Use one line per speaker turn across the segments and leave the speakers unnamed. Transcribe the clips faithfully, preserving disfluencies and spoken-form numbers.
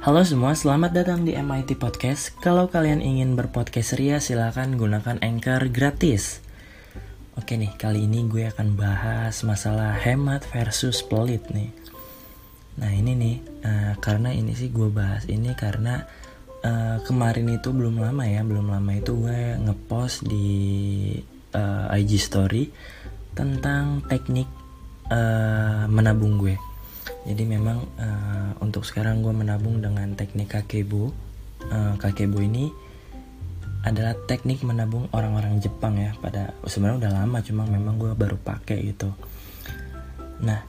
Halo semua, selamat datang di M I T Podcast. Kalau kalian ingin berpodcast ria, silakan gunakan Anchor gratis. Oke nih, kali ini gue akan bahas masalah hemat versus pelit nih. Nah ini nih, uh, karena ini sih gue bahas ini karena uh, kemarin itu belum lama ya, belum lama itu gue ngepost di uh, I G Story tentang teknik uh, menabung gue. Jadi memang uh, untuk sekarang gue menabung dengan teknik kakebo. uh, Kakebo ini adalah teknik menabung orang-orang Jepang ya. Pada sebenarnya udah lama, cuma memang gue baru pakai gitu. Nah,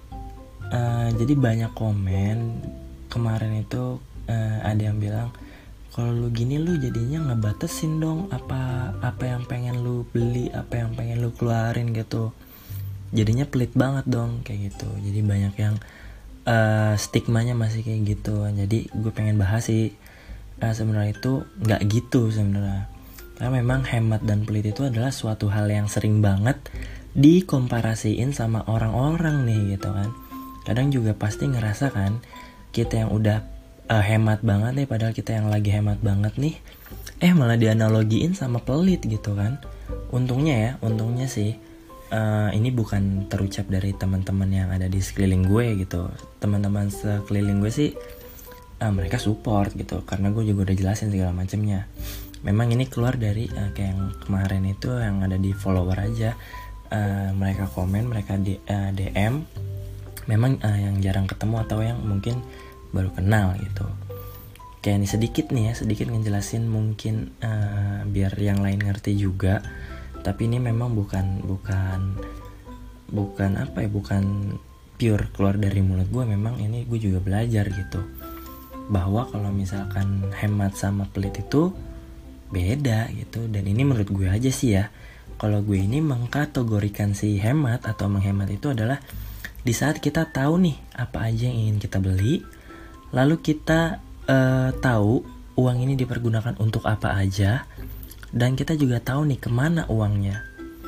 uh, jadi banyak komen kemarin itu, uh, ada yang bilang kalau lu gini lu jadinya ngebatasin dong apa apa yang pengen lu beli, apa yang pengen lu keluarin gitu. Jadinya pelit banget dong kayak gitu. Jadi banyak yang Uh, stigmanya masih kayak gitu. Jadi gue pengen bahas sih, uh, sebenarnya itu nggak gitu sebenarnya. Karena memang hemat dan pelit itu adalah suatu hal yang sering banget dikomparasiin sama orang-orang nih gitu kan. Kadang juga pasti ngerasa kan kita yang udah uh, hemat banget nih, padahal kita yang lagi hemat banget nih, eh malah dianalogiin sama pelit gitu kan. Untungnya ya, untungnya sih Uh, ini bukan terucap dari teman-teman yang ada di sekeliling gue gitu. Teman-teman sekeliling gue sih uh, mereka support gitu, karena gue juga udah jelasin segala macamnya. Memang ini keluar dari uh, kayak yang kemarin itu yang ada di follower aja. Uh, mereka komen, mereka di, uh, D M. Memang uh, yang jarang ketemu atau yang mungkin baru kenal gitu. Kayak ini sedikit nih ya, sedikit ngejelasin mungkin uh, biar yang lain ngerti juga. Tapi ini memang bukan bukan bukan apa ya, bukan pure keluar dari mulut gue. Memang ini gue juga belajar gitu, bahwa kalau misalkan hemat sama pelit itu beda gitu. Dan ini menurut gue aja sih ya, kalau gue ini mengkategorikan si hemat atau menghemat itu adalah di saat kita tahu nih apa aja yang ingin kita beli, lalu kita uh, tahu uang ini dipergunakan untuk apa aja, dan kita juga tahu nih kemana uangnya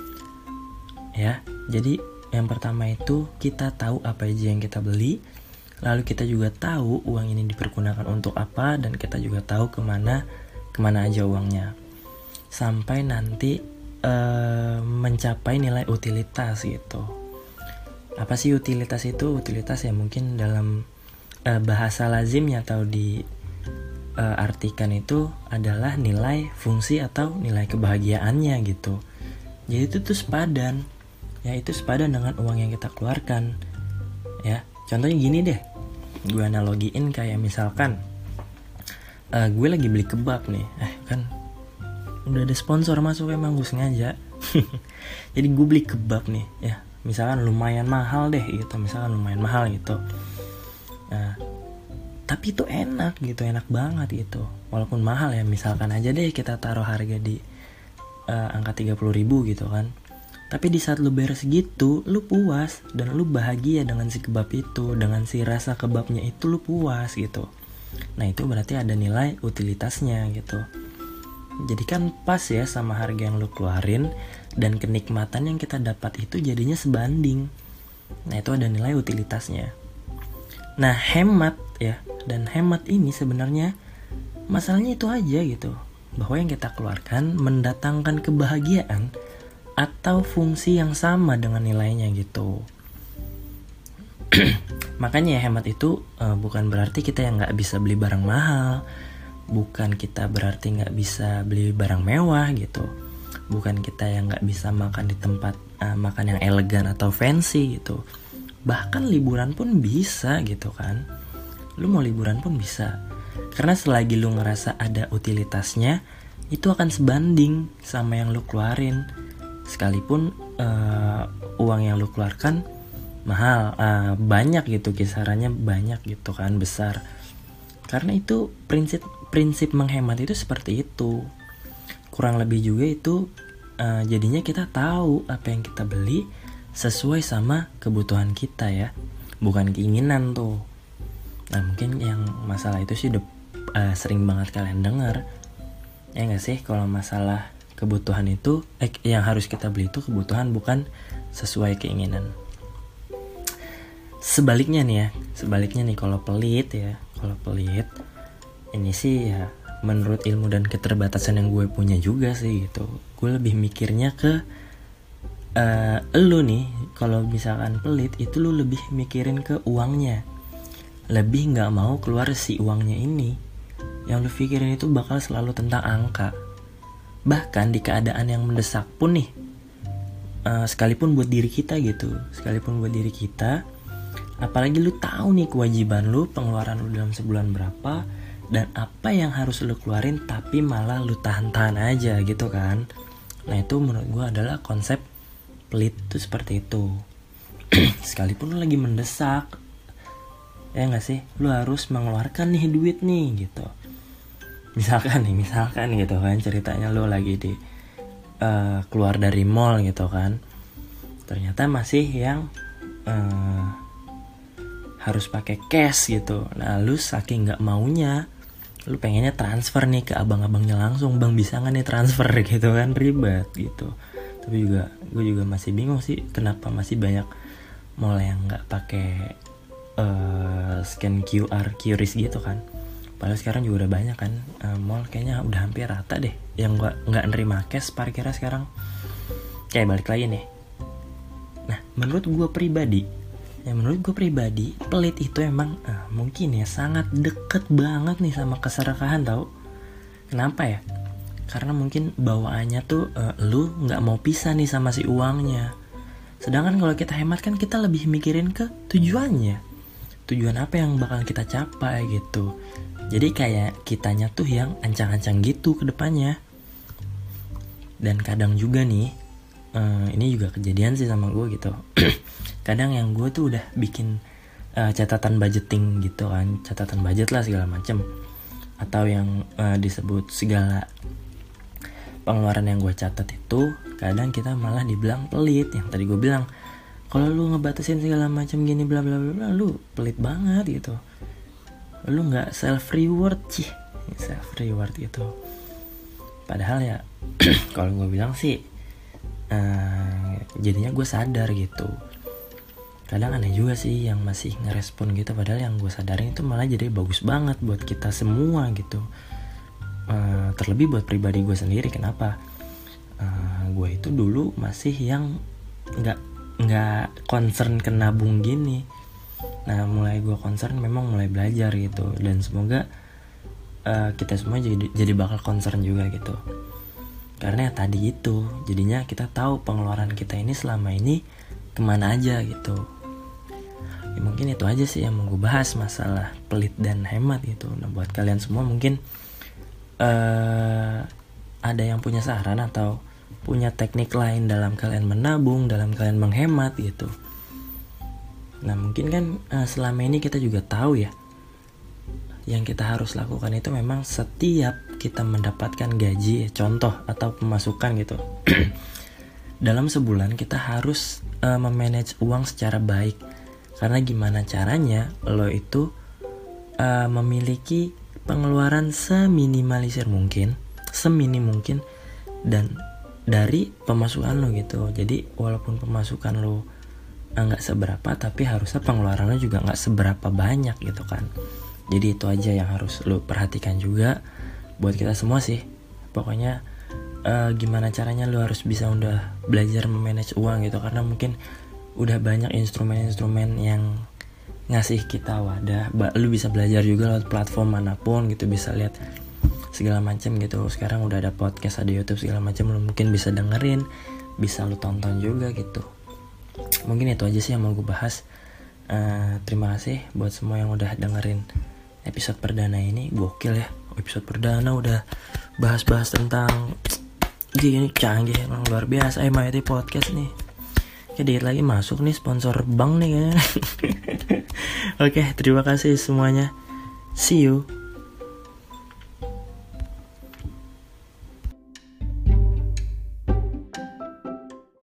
ya. Jadi yang pertama itu kita tahu apa aja yang kita beli, lalu kita juga tahu uang ini dipergunakan untuk apa, dan kita juga tahu kemana kemana aja uangnya, sampai nanti uh, mencapai nilai utilitas gitu. Apa sih utilitas itu? Utilitas ya mungkin dalam uh, bahasa lazimnya atau di Uh, artikan itu adalah nilai fungsi atau nilai kebahagiaannya gitu. Jadi itu tuh sepadan, ya itu sepadan dengan uang yang kita keluarkan. Ya, contohnya gini deh, gue analogiin kayak misalkan uh, gue lagi beli kebab nih, eh kan udah ada sponsor masuk, emang gue sengaja. Jadi gue beli kebab nih, ya misalkan lumayan mahal deh gitu, misalkan lumayan mahal gitu. Nah, tapi itu enak gitu, enak banget gitu. Walaupun mahal ya, misalkan aja deh kita taruh harga di uh, angka tiga puluh ribu gitu kan. Tapi di saat lu beres gitu, lu puas dan lu bahagia dengan si kebab itu, dengan si rasa kebabnya itu lu puas gitu. Nah itu berarti ada nilai utilitasnya gitu. Jadi kan pas ya sama harga yang lu keluarin, dan kenikmatan yang kita dapat itu jadinya sebanding. Nah itu ada nilai utilitasnya. Nah hemat ya, dan hemat ini sebenarnya masalahnya itu aja gitu, bahwa yang kita keluarkan mendatangkan kebahagiaan atau fungsi yang sama dengan nilainya gitu. Makanya hemat itu uh, bukan berarti kita yang nggak bisa beli barang mahal, bukan kita berarti nggak bisa beli barang mewah gitu, bukan kita yang nggak bisa makan di tempat uh, makan yang elegan atau fancy gitu. Bahkan liburan pun bisa gitu kan. Lu mau liburan pun bisa. Karena selagi lu ngerasa ada utilitasnya, itu akan sebanding sama yang lu keluarin. Sekalipun uh, uang yang lu keluarkan mahal, uh, banyak gitu, kisarannya banyak gitu kan, besar. Karena itu prinsip prinsip menghemat itu seperti itu. Kurang lebih juga itu uh, jadinya kita tahu apa yang kita beli sesuai sama kebutuhan kita ya, bukan keinginan tuh. Nah mungkin yang masalah itu sih udah uh, sering banget kalian dengar, ya nggak sih? Kalau masalah kebutuhan itu, eh, yang harus kita beli itu kebutuhan, bukan sesuai keinginan. sebaliknya nih ya, sebaliknya nih kalau pelit ya, kalau pelit ini sih ya menurut ilmu dan keterbatasan yang gue punya juga sih gitu. Gue lebih mikirnya ke uh, lu nih, kalau misalkan pelit itu lu lebih mikirin ke uangnya, lebih nggak mau keluar si uangnya ini. Yang lu pikirin itu bakal selalu tentang angka. Bahkan di keadaan yang mendesak pun nih, uh, sekalipun buat diri kita gitu, sekalipun buat diri kita, apalagi lu tahu nih kewajiban lu, pengeluaran lu dalam sebulan berapa, dan apa yang harus lu keluarin, tapi malah lu tahan-tahan aja gitu kan. Nah itu menurut gue adalah konsep pelit tuh seperti itu. Sekalipun lu lagi mendesak, ya gak sih, lu harus mengeluarkan nih duit nih gitu. Misalkan nih, misalkan gitu kan, ceritanya lu lagi di uh, keluar dari mall gitu kan, ternyata masih yang uh, harus pakai cash gitu. Nah lu saking gak maunya, lu pengennya transfer nih ke abang-abangnya langsung, bang bisa gak nih transfer gitu kan, ribet gitu. Tapi juga gue juga masih bingung sih kenapa masih banyak mall yang gak pakai uh, scan Q R, Q R I S gitu kan. Padahal sekarang juga udah banyak kan uh, mall, kayaknya udah hampir rata deh yang gak, gak nerima cash parkirnya sekarang. Kayak balik lagi nih. Nah menurut gue pribadi, ya menurut gue pribadi pelit itu emang uh, mungkin ya sangat deket banget nih sama keserakahan tau. Kenapa ya? Karena mungkin bawaannya tuh uh, lu gak mau pisah nih sama si uangnya. Sedangkan kalau kita hemat kan kita lebih mikirin ke tujuannya, tujuan apa yang bakal kita capai gitu. Jadi kayak kitanya tuh yang ancang-ancang gitu ke depannya. Dan kadang juga nih, uh, ini juga kejadian sih sama gue gitu. Kadang yang gue tuh udah bikin uh, catatan budgeting gitu kan, catatan budget lah segala macem, atau yang uh, disebut segala pengeluaran yang gue catat itu, kadang kita malah dibilang pelit. Yang tadi gue bilang, kalau lu ngebatasin segala macam gini bla bla bla, lu pelit banget gitu. Lu nggak self reward sih, self reward gitu. Padahal ya, kalau gue bilang sih, uh, jadinya gue sadar gitu. Kadang aneh juga sih yang masih ngerespon gitu, padahal yang gue sadarin itu malah jadi bagus banget buat kita semua gitu. Uh, terlebih buat pribadi gue sendiri. Kenapa? Uh, gue itu dulu masih yang nggak nggak concern ke nabung gini. Nah mulai gue concern memang mulai belajar gitu, dan semoga uh, kita semua jadi jadi bakal concern juga gitu. Karena ya tadi itu, jadinya kita tahu pengeluaran kita ini selama ini kemana aja gitu. Ya, mungkin itu aja sih yang mau gue bahas masalah pelit dan hemat gitu. Nah buat kalian semua mungkin uh, ada yang punya saran atau punya teknik lain dalam kalian menabung, dalam kalian menghemat gitu. Nah mungkin kan uh, selama ini kita juga tahu ya, yang kita harus lakukan itu memang setiap kita mendapatkan gaji, contoh atau pemasukan gitu, dalam sebulan kita harus uh, memanage uang secara baik. Karena gimana caranya lo itu uh, memiliki pengeluaran seminimalisir mungkin, seminim mungkin, dan dari pemasukan lo gitu. Jadi walaupun pemasukan lo nggak seberapa, tapi harusnya pengeluaran lo juga nggak seberapa banyak gitu kan. Jadi itu aja yang harus lo perhatikan juga buat kita semua sih. Pokoknya uh, gimana caranya lo harus bisa udah belajar memanage uang gitu. Karena mungkin udah banyak instrumen-instrumen yang ngasih kita wadah. Lu bisa belajar juga lewat platform manapun gitu, bisa lihat segala macam gitu. Sekarang udah ada podcast, ada YouTube segala macam, lu mungkin bisa dengerin, bisa lu tonton juga gitu. Mungkin itu aja sih yang mau gue bahas. Uh, terima kasih buat semua yang udah dengerin episode perdana ini. Gokil ya, episode perdana udah bahas-bahas tentang gini, canggih, emang luar biasa M I T Podcast nih. Kayak dikit lagi masuk nih sponsor bank nih kayaknya. Oke, terima kasih semuanya. See you.